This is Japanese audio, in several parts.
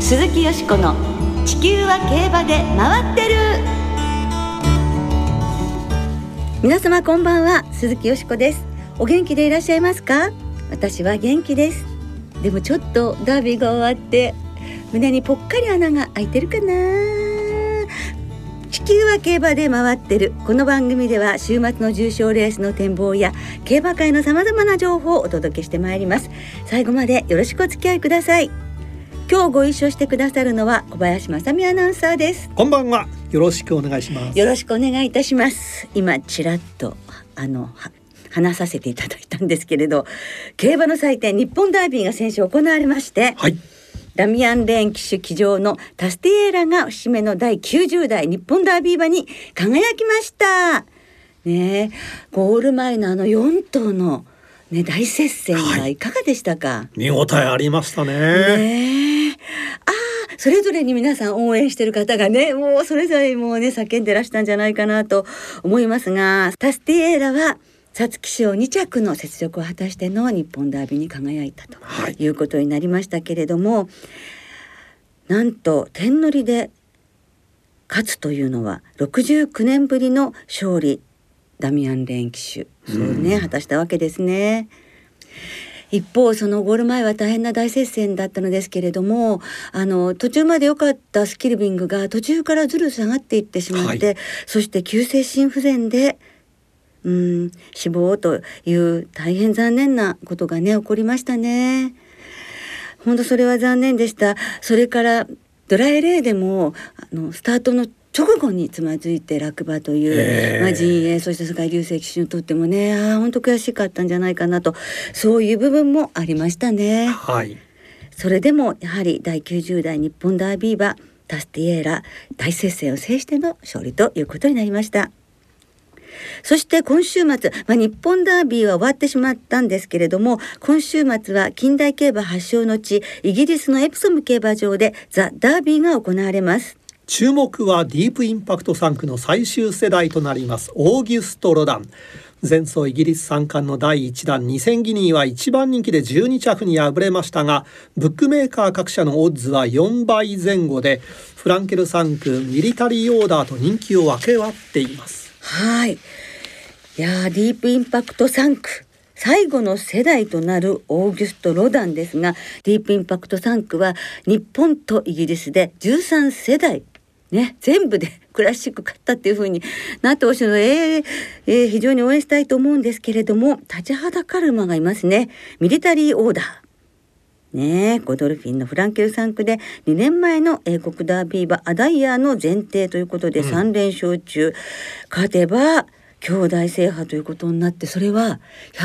鈴木よしこの地球は競馬で回ってる。皆様こんばんは、鈴木よしこです。お元気でいらっしゃいますか？私は元気です。でもちょっとダービーが終わって胸にぽっかり穴が開いてるかな。地球は競馬で回ってる。この番組では週末の重賞レースの展望や競馬界のさまざまな情報をお届けしてまいります。最後までよろしくお付き合いください。今日ご一緒してくださるのは小林正美アナウンサーです。 こんばんは、よろしくお願いします。 よろしくお願いいたします。今ちらっと話させていただいたんですけれど、競馬の祭典日本ダービーが先週行われまして、 はい、 ダミアン・レーン騎手騎乗のタスティエーラが節目の第90代日本ダービー馬に輝きましたね。ゴール前の4頭の、大接戦はいかがでしたか？ 見応えありましたね。 それぞれに皆さん応援してる方がもうそれぞれ叫んでらしたんじゃないかなと思いますが、タスティエーラは皐月賞2着の雪辱を果たしての日本ダービーに輝いたということになりましたけれども、なんと天乗りで勝つというのは69年ぶりの勝利、ダミアン・レーン騎手果たしたわけですね。一方そのゴール前は大変な大接戦だったのですけれども、途中まで良かったスキルビングが途中からずる下がっていってしまって、そして急性心不全で死亡という大変残念なことが起こりましたね。本当それは残念でした。それからドライレーでもスタートの直後につまずいて落馬という、陣営、そして世界流星騎手にとっても本当悔しかったんじゃないかなと、そういう部分もありましたね。それでもやはり第90代日本ダービー馬タスティエーラ、大接戦を制しての勝利ということになりました。そして今週末、日本ダービーは終わってしまったんですけれども、今週末は近代競馬発祥の地イギリスのエプソム競馬場でザ・ダービーが行われます。 注目はディープインパクト3区の最終世代となりますオーギュスト・ロダン。前走イギリス三冠の第1弾2000ギニーは1番人気で12着に敗れましたが、ブックメーカー各社のオッズは4倍前後で、フランケル3区ミリタリーオーダーと人気を分け割っています。 ディープインパクト3区最後の世代となるオーギュスト・ロダンですが、ディープインパクト3区は日本とイギリスで13世代全部でクラシック勝ったっていう風になってほしいので、非常に応援したいと思うんですけれども、立ちはだかる馬がいますね。ミリタリーオーダーゴドルフィンのフランケル3区で2年前の英国ダービー馬アダイヤーの前提ということで3連勝中、勝てば兄弟制覇ということになって、それは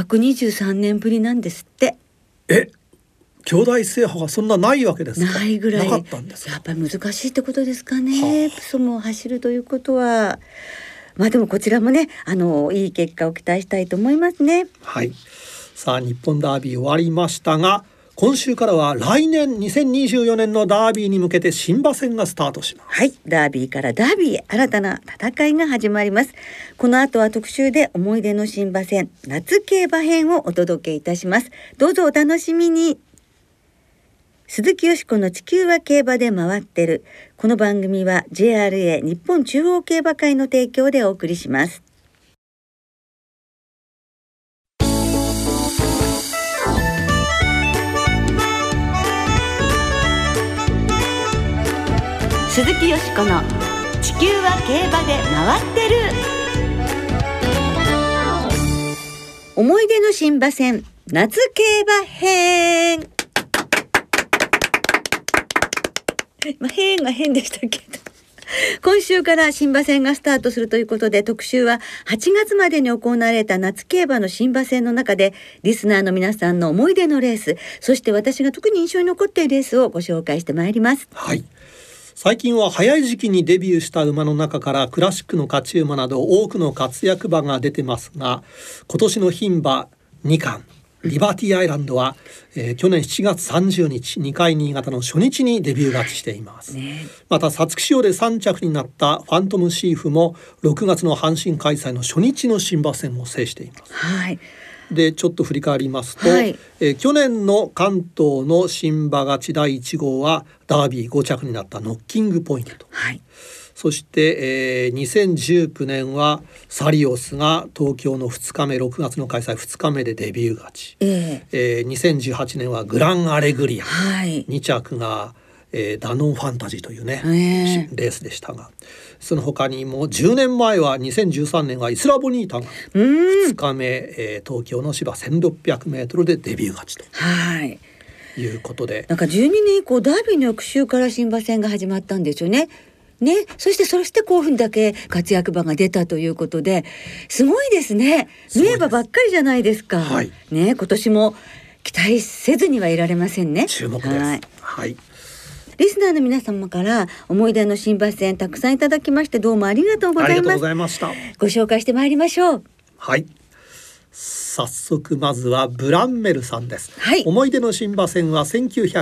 123年ぶりなんですって。 兄弟制覇がそんなないわけですか？ ないぐらいなかったんですか？ やっぱり難しいってことですかね。エプソムを走るということは、でもこちらもいい結果を期待したいと思いますね。 さあ日本ダービー終わりましたが、今週からは来年2024年のダービーに向けて新馬戦がスタートします。 ダービーからダービーへ新たな戦いが始まります。この後は特集で思い出の新馬戦夏競馬編をお届けいたします。どうぞお楽しみに。鈴木よしこの地球は競馬で回ってる。この番組は JRA 日本中央競馬会の提供でお送りします。鈴木よしこの地球は競馬で回ってる。思い出の新馬戦夏競馬編。変が変でしたけど今週から新馬戦がスタートするということで、特集は8月までに行われた夏競馬の新馬戦の中でリスナーの皆さんの思い出のレース、そして私が特に印象に残っているレースをご紹介してまいります。 最近は早い時期にデビューした馬の中からクラシックの勝ち馬など多くの活躍馬が出てますが、今年の牝馬2冠リバティアイランドは、去年7月30日2回新潟の初日にデビュー勝ちしています、また皐月賞で3着になったファントムシーフも6月の阪神開催の初日の新馬戦を制しています。 でちょっと振り返りますと、 はい、 去年の関東の新馬勝ち第1号はダービー5着になったノッキングポイント、 はい、 そして、2019年はサリオスが東京の2日目6月の開催2日目でデビュー勝ち、2018年はグランアレグリア、 はい、 2着が、ダノンファンタジーというね、レースでしたが、その他にも10年前は2013年はイスラボニータが2日目、東京の芝 1600m でデビュー勝ちと、はい、いうことで、 なんか12年以降ダービーの翌週から新馬戦が始まったんですよね。そしてこういうふうにだけ活躍馬が出たということですごいですね。名馬ばっかりじゃないですか、はい、今年も期待せずにはいられませんね。 注目です。はい、はい、 リスナーの皆様から思い出の新馬戦たくさんいただきまして、どうもありがとうございます。 ありがとうございました。 ご紹介してまいりましょう。 はい、早速まずはブランメルさんです、 はい、 思い出の新馬戦は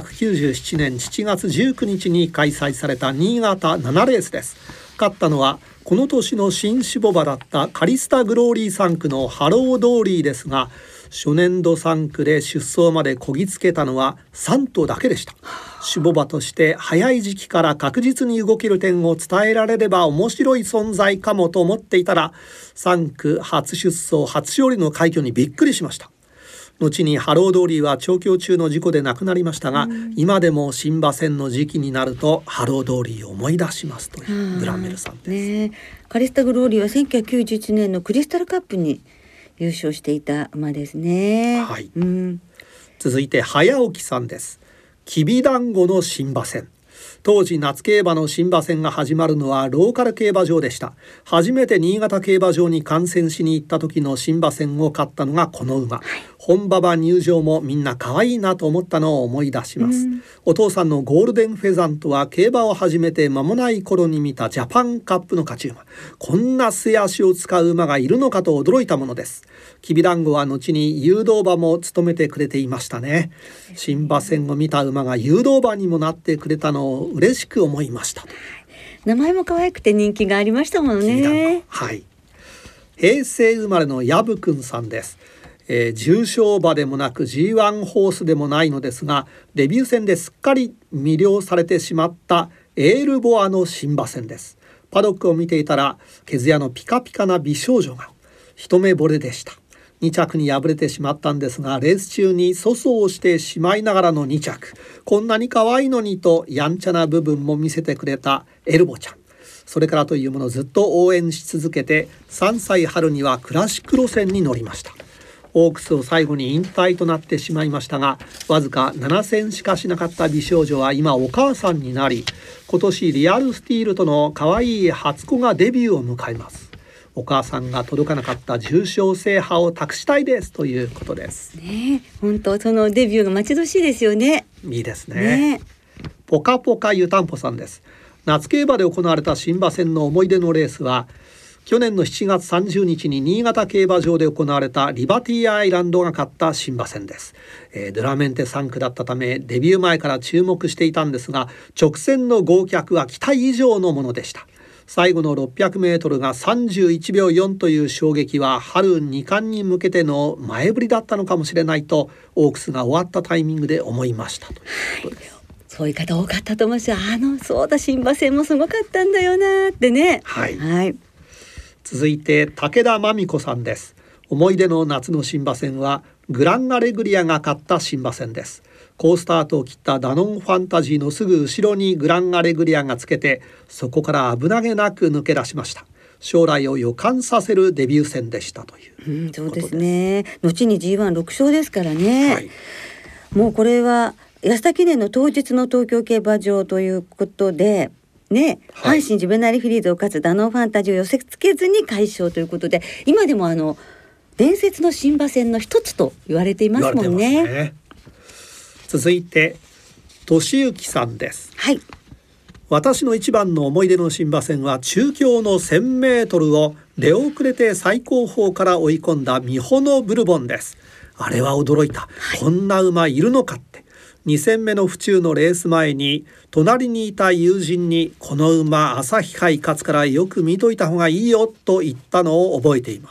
1997年7月19日に開催された新潟7レースです。勝ったのはこの年の新種牡馬だったカリスタグローリー3区のハロードーリーですが、初年度3区で出走までこぎつけたのは3頭だけでした。種牡馬として早い時期から確実に動ける点を伝えられれば面白い存在かもと思っていたら、3区初出走初勝利の快挙にびっくりしました。後にハロードーリーは調教中の事故で亡くなりましたが、今でも新馬戦の時期になるとハロードーリーを思い出しますというブランメルさんです、 カリスタグローリーは1991年のクリスタルカップに優勝していた馬ですね、 はい、続いて早起きさんです。きびだんごの新馬戦。当時夏競馬の新馬戦が始まるのはローカル競馬場でした。初めて新潟競馬場に観戦しに行った時の新馬戦を勝ったのがこの馬、本馬場入場もみんな可愛いなと思ったのを思い出します。お父さんのゴールデンフェザントは競馬を始めて間もない頃に見たジャパンカップの勝ち馬、こんな末足を使う馬がいるのかと驚いたものです。きびだんごは後に誘導馬も務めてくれていましたね。新馬戦を見た馬が誘導馬にもなってくれたのを嬉しく思いました。 名前も可愛くて人気がありましたもんね。 はい、平成生まれのヤブくんさんです。重賞馬でもなく G1 ホースでもないのですが、デビュー戦ですっかり魅了されてしまったエールボアの新馬戦です。パドックを見ていたら毛艶のピカピカな美少女が一目惚れでした。2着に敗れてしまったんですが、レース中に粗相をしてしまいながらの2着、こんなに可愛いのにとやんちゃな部分も見せてくれたエルボちゃん。それからというものずっと応援し続けて、3歳春にはクラシック路線に乗りました。オークスを最後に引退となってしまいましたが、わずか7戦しかしなかった美少女は今お母さんになり、今年リアルスティールとの可愛い初子がデビューを迎えます。お母さんが届かなかった重賞制覇を託したいですということですね。本当そのデビューが待ち遠しいですよね。 いいですね。ポカポカ湯たんぽさんです。夏競馬で行われた新馬戦の思い出のレースは、去年の7月30日に新潟競馬場で行われたリバティアイランドが勝った新馬戦です。ドラメンテ3区だったためデビュー前から注目していたんですが、直線の合脚は期待以上のものでした。最後の600メートルが31秒4という衝撃は春2冠に向けての前振りだったのかもしれないと、オークスが終わったタイミングで思いましたということです。 そういう方多かったと思います。そうだ、新馬戦もすごかったんだよなってね。 はい、はい、続いて武田真美子さんです。思い出の夏の新馬戦はグランアレグリアが勝った新馬戦です。好スタートを切ったダノンファンタジーのすぐ後ろにグランアレグリアがつけて、そこから危なげなく抜け出しました。将来を予感させるデビュー戦でしたという、 そうですね。後に G16 勝ですからね、はい、もうこれは安田記念の当日の東京競馬場ということでね、はい、阪神ジュベナイルフィリーズを勝つダノンファンタジーを寄せつけずに快勝ということで、今でも伝説の新馬戦の一つと言われていますもんね。 続いて俊之さんです。 はい、 私の一番の思い出の新馬戦は中京の1000メートルを出遅れて最高峰から追い込んだ美穂のブルボンです。あれは驚いた、はい、こんな馬いるのかって。2戦目の府中のレース前に隣にいた友人に、この馬朝日杯勝つからよく見といた方がいいよと言ったのを覚えています。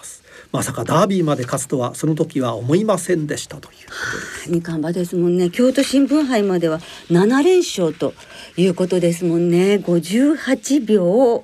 まさかダービーまで勝つとはその時は思いませんでしたということです。 二冠馬ですもんね。京都新聞杯までは7連勝ということですもんね。58秒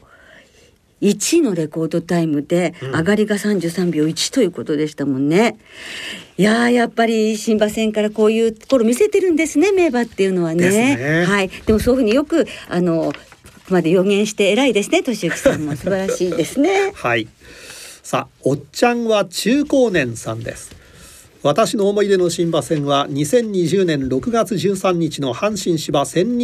1のレコードタイムで、上がりが33秒1ということでしたもんね。いややっぱり新馬戦からこういうところ見せてるんですね、名馬っていうのはね。はい、でもそういうふうによくここまで予言して偉いですね。俊之さんも素晴らしいですね。 はい。さあ、おっちゃんは中高年さんです。私の思い出の新馬戦は2020年6月13日の阪神芝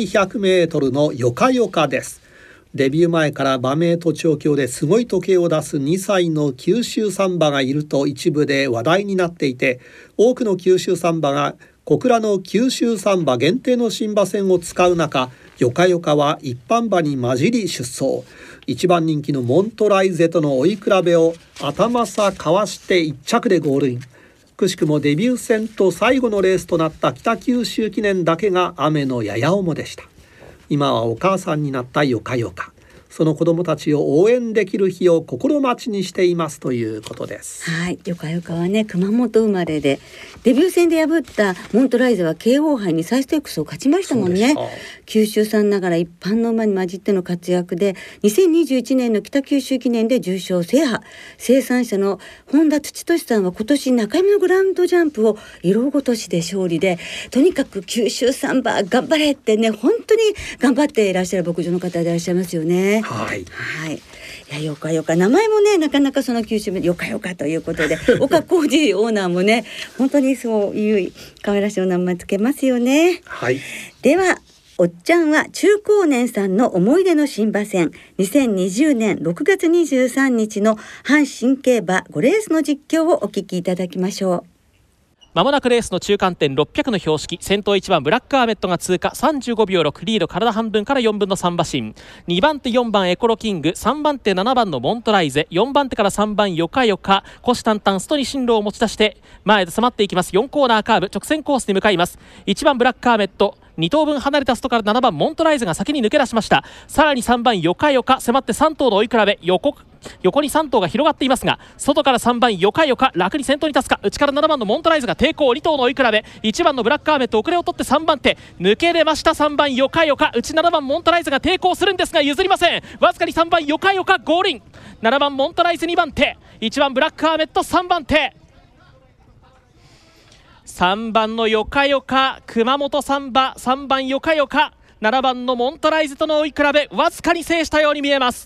1200m のよかよかです。デビュー前から馬名と調教ですごい時計を出す2歳の九州サンバがいると一部で話題になっていて、多くの九州サンバが小倉の九州サンバ限定の新馬戦を使う中、よかよかは一般馬に混じり出走。一番人気のモントライゼとの追い比べを頭差かわして1着でゴールイン。くしくもデビュー戦と最後のレースとなった北九州記念だけが雨のやや重でした。今はお母さんになったよかよか、その子どもたちを応援できる日を心待ちにしていますということです。 はい、よかよかはね、熊本生まれでデビュー戦で破ったモントライゼは京王杯にサイステークスを勝ちましたもんね。九州産ながら一般の馬に混じっての活躍で、2021年の北九州記念で重賞制覇。生産者の本田土俊さんは今年中山のグランドジャンプを色ごとしで勝利で、とにかく九州産馬頑張れってね、本当に頑張っていらっしゃる牧場の方でいらっしゃいますよね。 はい、 はい、いやよかよか、名前もねなかなかその九州よかよかということで岡浩二オーナーもね本当にそういう可愛らしいお名前つけますよね。 はい、 ではおっちゃんは中高年さんの思い出の新馬戦、2020年6月23日の阪神競馬5レースの実況をお聞きいただきましょう。 まもなくレースの中間点600の標識、先頭1番ブラックアーメットが通過、35秒6、リード体半分から4分の3馬身。2番手4番エコロキング、3番手7番のモントライゼ、4番手から3番よかよか、虎視眈々ストに進路を持ち出して前へと迫っていきます。4コーナーカーブ直線コースに向かいます。1番ブラックアーメット、2頭分離れたストから7番モントライゼが先に抜け出しました。さらに3番よかよか迫って3頭の追い比べ、横に3頭が広がっていますが、外から3番よかよか楽に先頭に立つか、内から7番のモントライゼが抵抗、2頭の追い比べ、1番のブラックアーメット遅れを取って3番手抜け出ました。3番よかよか、内7番モントライゼが抵抗するんですが譲りません。わずかに3番よかよかゴールイン。7番モントライゼ2番手、1番ブラックアーメット3番手、3番のよかよか熊本サンバ、3番よかよか7番のモントライゼとの追い比べ、わずかに制したように見えます。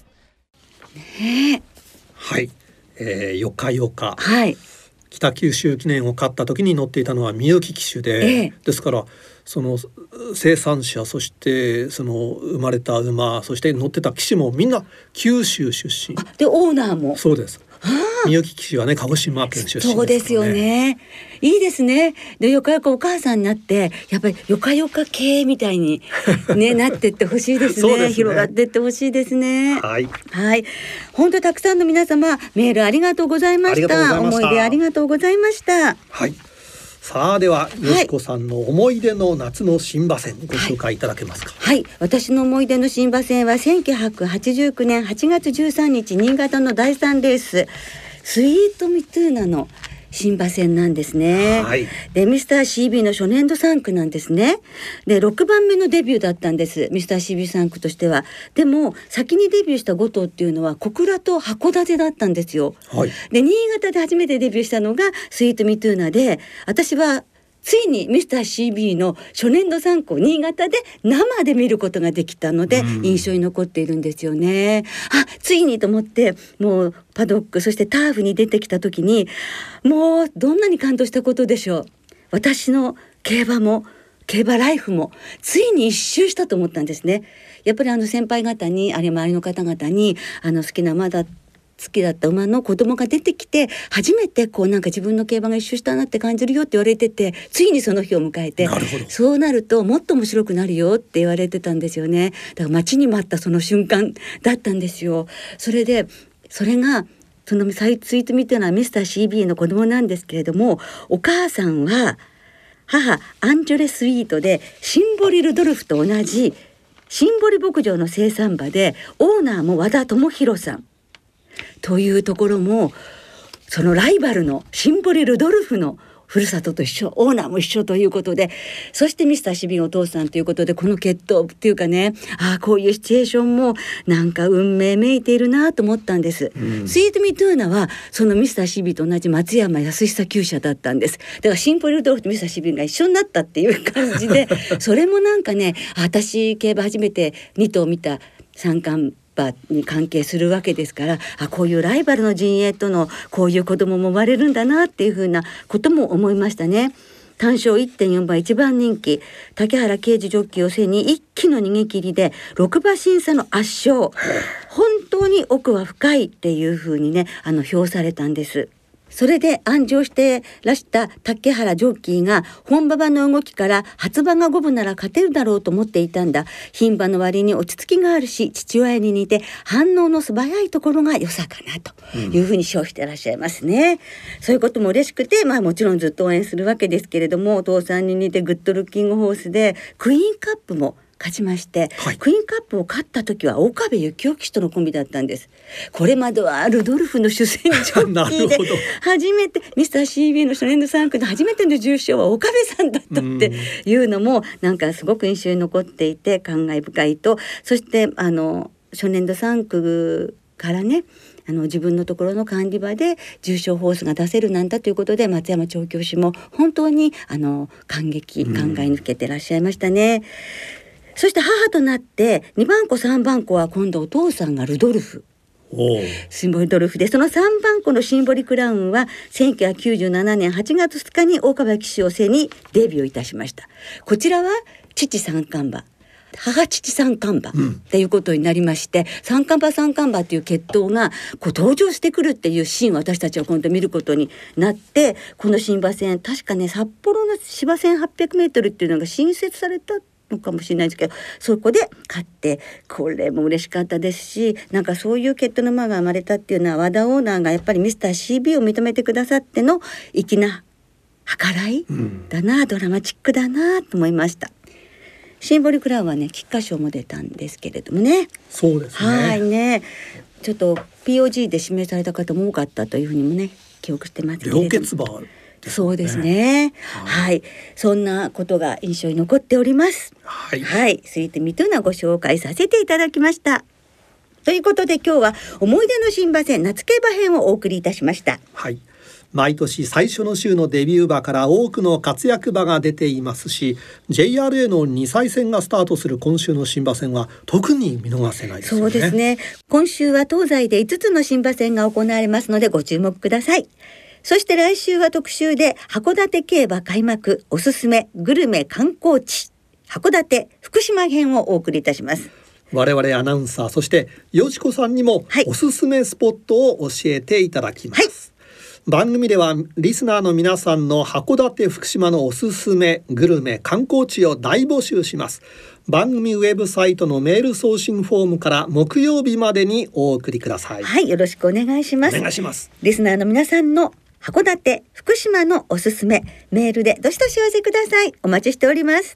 はい、よかよか、 はい、 北九州記念を勝った時に乗っていたのはみゆき騎手で、ですからその生産者、そしてその生まれた馬、そして乗ってた騎手もみんな九州出身で、オーナーもそうです。みゆき騎手はね鹿児島県出身ですからね。 そうですよね。いいですね。でよかよかお母さんになってやっぱりよかよか系みたいに、ね、なってってほしいですね。 そうですね、 広がってってほしいですね。 はい、 はい、本当たくさんの皆様メールありがとうございました。思い出ありがとうございました。 はい、さあではよしこさんの思い出の夏の新馬戦ご紹介いただけますか。 はい、私の思い出の新馬戦は1989年8月13日新潟の第3レーススイートミトゥーナの新馬戦なんですね。 はい、 でミスター CB の初年度3区なんですね。で6番目のデビューだったんですミスター CB 3区としては。でも先にデビューした5頭っていうのは小倉と函館だったんですよ。 はい、 で新潟で初めてデビューしたのがスイートミトゥーナで、私はついにミスター CB の初年度3区新潟で生で見ることができたので印象に残っているんですよね。ついにと思って、もうパドックそしてターフに出てきた時にもうどんなに感動したことでしょう。私の競馬も競馬ライフもついに一周したと思ったんですね。やっぱり先輩方に周りの方々に好きな馬だ好きだった馬の子供が出てきて初めてなんか自分の競馬が一周したなって感じるよって言われてて、ついにその日を迎えて、そうなるともっと面白くなるよって言われてたんですよね。だから待ちに待ったその瞬間だったんですよ。それがそのスイートミトゥーナはミスター CB の子供なんですけれども、お母さんは母アンジョレスイートでシンボリルドルフと同じシンボリ牧場の生産馬で、オーナーも和田智弘さんというところもそのライバルのシンボリ・ルドルフのふるさとと一緒、オーナーも一緒ということで、そしてミスターシビンお父さんということで、この決闘っていうかね、こういうシチュエーションもなんか運命めいているなと思ったんです、スイートミトゥーナはそのミスターシビンと同じ松山康久厩舎だったんです。だからシンボリ・ルドルフとミスターシビンが一緒になったっていう感じでそれもなんかね、私競馬初めて2頭見た三冠馬に関係するわけですから、こういうライバルの陣営とのこういう子供も生まれるんだなっていうふうなことも思いましたね。単勝 1.4 番1番人気竹原啓二ジョッキーを背に一気の逃げ切りで6馬審査の圧勝、本当に奥は深いっていうふうにね評されたんです。それで安城してらした竹原ジョッキーが本馬場の動きから初馬が5分なら勝てるだろうと思っていたんだ。牝馬の割に落ち着きがあるし父親に似て反応の素早いところが良さかなというふうに称してらっしゃいますね、そういうことも嬉しくて、もちろんずっと応援するわけですけれども、お父さんに似てグッドルッキングホースでクイーンカップも勝ちまして、クイーンカップを勝った時は岡部幸男騎手とのコンビだったんです。これまではルドルフの主戦ジョッキーで初めてミスター CB の初年度3区で初めての重賞は岡部さんだったっていうのもなんかすごく印象に残っていて感慨深いと、そして初年度3区からね自分のところの管理場で重賞ホースが出せるなんだということで松山調教師も本当に感激考え抜けてらっしゃいましたね。そして母となって2番子3番子は今度お父さんがルドルフシンボリドルフで、その3番子のシンボリクラウンは1997年8月2日に大川騎手を背にデビューいたしました。こちらは父三冠馬母父三冠馬っていうことになりまして、三冠馬っていう血統がこう登場してくるっていうシーンを私たちは今度見ることになって、この新馬戦確かね札幌の芝線 800m っていうのが新設されたのかもしれないですけど、そこで勝ってこれも嬉しかったですし、なんかそういう血統の馬が生まれたっていうのは和田オーナーがやっぱりミスター CB を認めてくださっての粋な計らいだな、ドラマチックだなと思いました。シンボリクラウンはね菊花賞も出たんですけれどもね。 そうですね。 はいね、ちょっと POG で指名された方も多かったというふうにもね記憶してますけれども、 両血馬そうですね、はい、そんなことが印象に残っております。はい、スイートミトゥーナご紹介させていただきました。ということで今日は思い出の新馬戦夏競馬編をお送りいたしました。 はい、毎年最初の週のデビュー馬から多くの活躍馬が出ていますし、 JRA の2歳戦がスタートする今週の新馬戦は特に見逃せないですよね。 そうですね、今週は東西で5つの新馬戦が行われますのでご注目ください。そして来週は特集で函館競馬開幕おすすめグルメ観光地函館福島編をお送りいたします。 我々アナウンサーそしてよしこさんにもおすすめスポットを教えていただきます、番組ではリスナーの皆さんの函館福島のおすすめグルメ観光地を大募集します。番組ウェブサイトのメール送信フォームから木曜日までにお送りください。 はい、よろしくお願いします。 お願いします。 リスナーの皆さんの函館福島のおすすめメールでどしどしお寄せください。お待ちしております。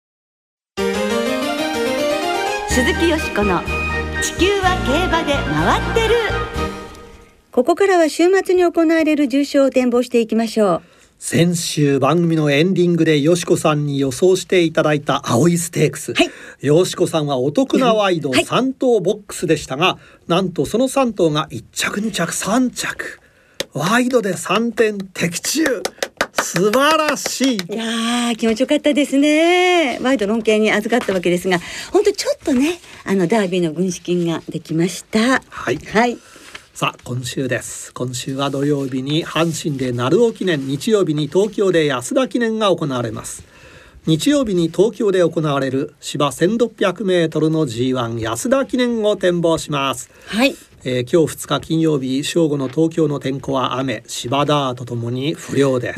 鈴木よしこの地球は競馬で回ってる。ここからは週末に行われる重賞を展望していきましょう。 先週番組のエンディングでよしこさんに予想していただいた青いステークス、よしこさんはお得なワイド3頭ボックスでしたが、なんとその3頭が1着2着3着ワイドで3点的中、素晴らしい。 いや気持ちよかったですね。ワイド論系に預かったわけですが、本当ちょっとねダービーの軍資金ができました。 はい、さあ今週です。今週は土曜日に阪神で鳴尾記念、日曜日に東京で安田記念が行われます。日曜日に東京で行われる芝 1600m の G1 安田記念を展望します。今日2日金曜日正午の東京の天候は雨、芝ダーとともに不良です。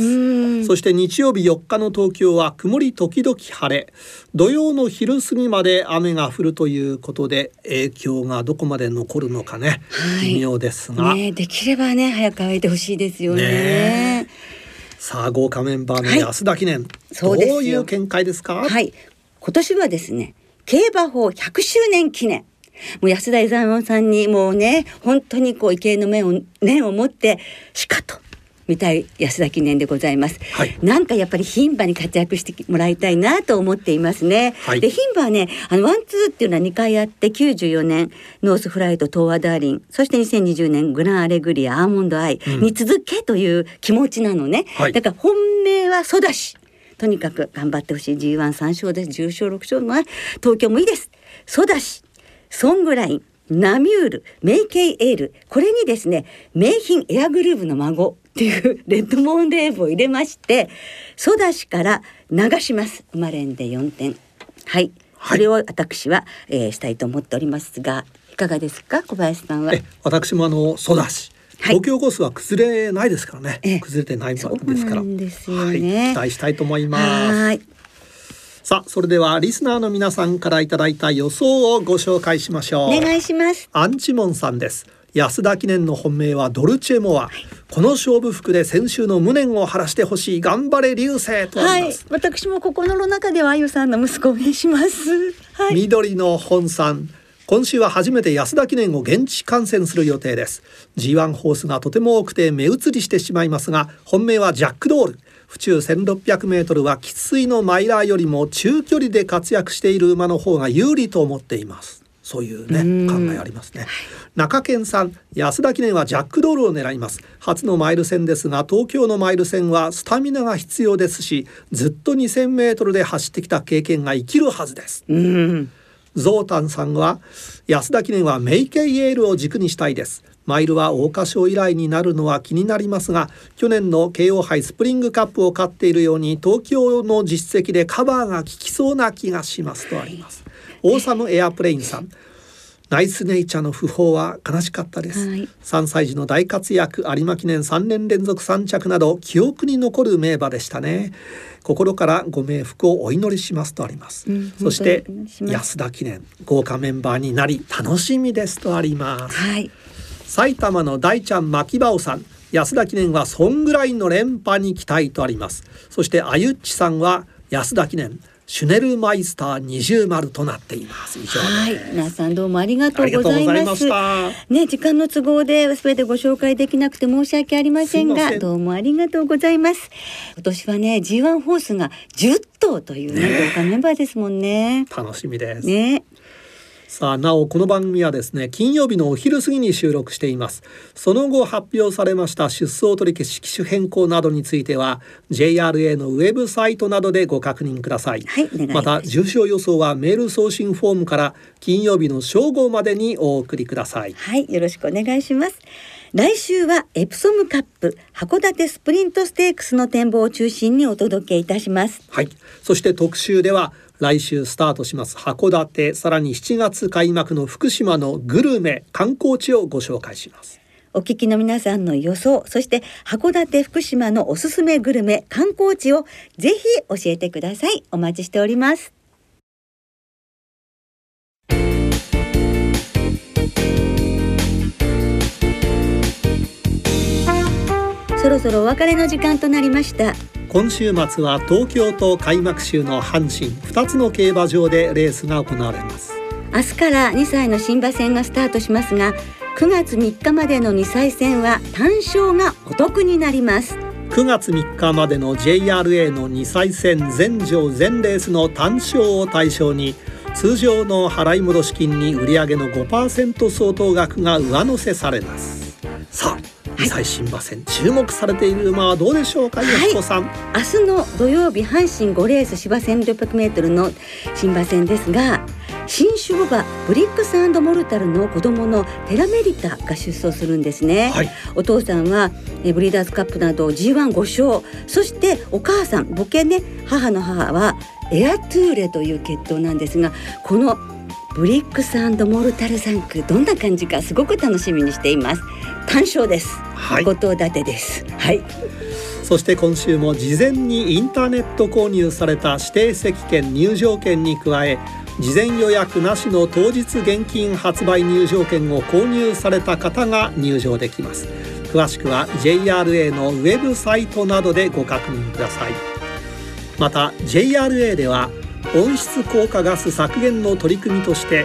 そして日曜日4日の東京は曇り時々晴れ、土曜の昼過ぎまで雨が降るということで影響がどこまで残るのかね、微妙ですが、 できればね早く乾いてほしいですよね。 さあ豪華メンバーの安田記念、どういう見解ですか？ 今年はですね競馬法100周年記念もう安田伊左衛門さんにもうね、本当にこう畏敬の念を持ってしかと見たい安田記念でございます、 はい、 なんかやっぱり牝馬に活躍してもらいたいなと思っていますね、 はい、 で牝馬はね、ワンツーっていうのは2回あって、94年ノースフライト東亜ダーリン、そして2020年グランアレグリアアーモンドアイに続けという気持ちなのね、 はい、 だから本命はソダシ、とにかく頑張ってほしい。 G13 勝です。10勝6勝の東京もいいです。ソダシ、ソングライン、ナミュール、メイケイエール、これにですね、名品エアグルーヴの孫っていうレッドモンレーブを入れまして、ソダシから流します。馬連で4点、はい、それを私は、したいと思っておりますが、いかがですか小林さんは。 私もソダシ、東京コースは崩れないですからね、崩れてないですから、 そうなんですよね、 はい、期待したいと思います。 はい、 さあ、それではリスナーの皆さんからいただいた予想をご紹介しましょう。 お願いします。 アンチモンさんです。安田記念の本命はドルチェモア、この勝負服で先週の無念を晴らしてほしい、頑張れ流星とあります、 私も心の中ではあゆさんの息子を応援します、 緑の本さん、今週は初めて安田記念を現地観戦する予定です。 G1 ホースがとても多くて目移りしてしまいますが、本命はジャックドール。府中 1600m はきついのマイラーよりも中距離で活躍している馬の方が有利と思っています。そういうね、考えありますね。中堅さん、安田記念はジャックドールを狙います。初のマイル戦ですが、東京のマイル戦はスタミナが必要ですし、ずっと 2000m で走ってきた経験が生きるはずです。ゾータンさんは、安田記念はメイケイエールを軸にしたいです。マイルは桜花賞以来になるのは気になりますが、去年の慶応杯スプリングカップを勝っているように東京の実績でカバーが効きそうな気がしますとあります。オーサムエアプレインさん、ナイスネイチャーの訃報は悲しかったです、3歳児の大活躍、有馬記念3年連続3着など記憶に残る名馬でしたね。心からご冥福をお祈りしますとあります、そして安田記念豪華メンバーになり楽しみですとあります、埼玉の大ちゃん牧場さん、安田記念はソングラインの連覇に期待とあります。そしてあゆっちさんは安田記念シュネルマイスター20丸となっています。以上です。 皆さんどうもありがとうございます。ね、時間の都合で全てご紹介できなくて申し訳ありませんが、どうもありがとうございます。今年はね G1 ホースが10頭というね、豪華メンバーですもんね。 楽しみですね。 さあ、なおこの番組はですね、金曜日のお昼過ぎに収録しています。その後発表されました出走取り消し機種変更などについては JRA のウェブサイトなどでご確認ください。また重賞予想はメール送信フォームから金曜日の正午までにお送りください。 よろしくお願いします。来週はエプソムカップ函館スプリントステークスの展望を中心にお届けいたします。 そして特集では来週スタートします函館、さらに7月開幕の福島のグルメ観光地をご紹介します。 お聞きの皆さんの予想、そして函館福島のおすすめグルメ観光地をぜひ教えてください。お待ちしております。そろそろお別れの時間となりました。 今週末は東京と開幕週の阪神2つの競馬場でレースが行われます。 明日から2歳の新馬戦がスタートしますが、9月3日までの2歳戦は単勝がお得になります。 9月3日までの JRA の2歳戦全場全レースの単勝を対象に、通常の払い戻し金に売上の 5% 相当額が上乗せされます。さあ、2歳新馬戦注目されている馬はどうでしょうか、よしこさん。 明日の土曜日、阪神5レース芝 1600m の新馬戦ですが、新種馬ブリックス&モルタルの子供のテラメリタが出走するんですね、お父さんはブリーダーズカップなど G15 勝、そしてお母さん母系ね、母の母はエアトゥーレという血統なんですが、このブリックス&モルタル3区どんな感じかすごく楽しみにしています。単勝です、後藤立てです。 そして今週も事前にインターネット購入された指定席券入場券に加え、事前予約なしの当日現金発売入場券を購入された方が入場できます。詳しくは JRA のウェブサイトなどでご確認ください。また JRA では温室効果ガス削減の取り組みとして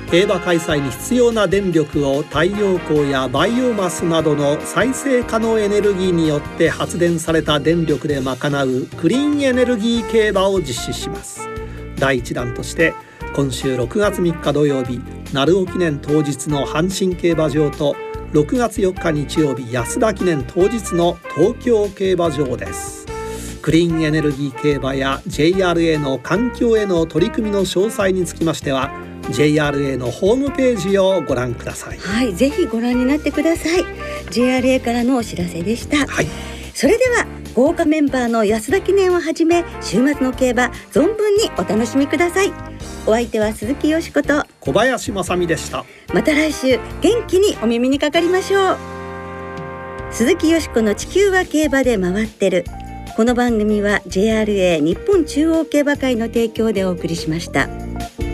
競馬開催に必要な電力を太陽光やバイオマスなどの再生可能エネルギーによって発電された電力で賄うクリーンエネルギー競馬を実施します。第1弾として今週6月3日土曜日鳴尾記念当日の阪神競馬場と6月4日日曜日安田記念当日の東京競馬場です。クリーンエネルギー競馬や JRA の環境への取り組みの詳細につきましては JRA のホームページをご覧ください。 はい、ぜひご覧になってください。 JRA からのお知らせでした。 はい、 それでは豪華メンバーの安田記念をはじめ週末の競馬存分にお楽しみください。お相手は鈴木よしこと小林正美でした。 また来週元気にお耳にかかりましょう。鈴木よしこの地球は競馬で回ってる。この番組は JRA 日本中央競馬会の提供でお送りしました。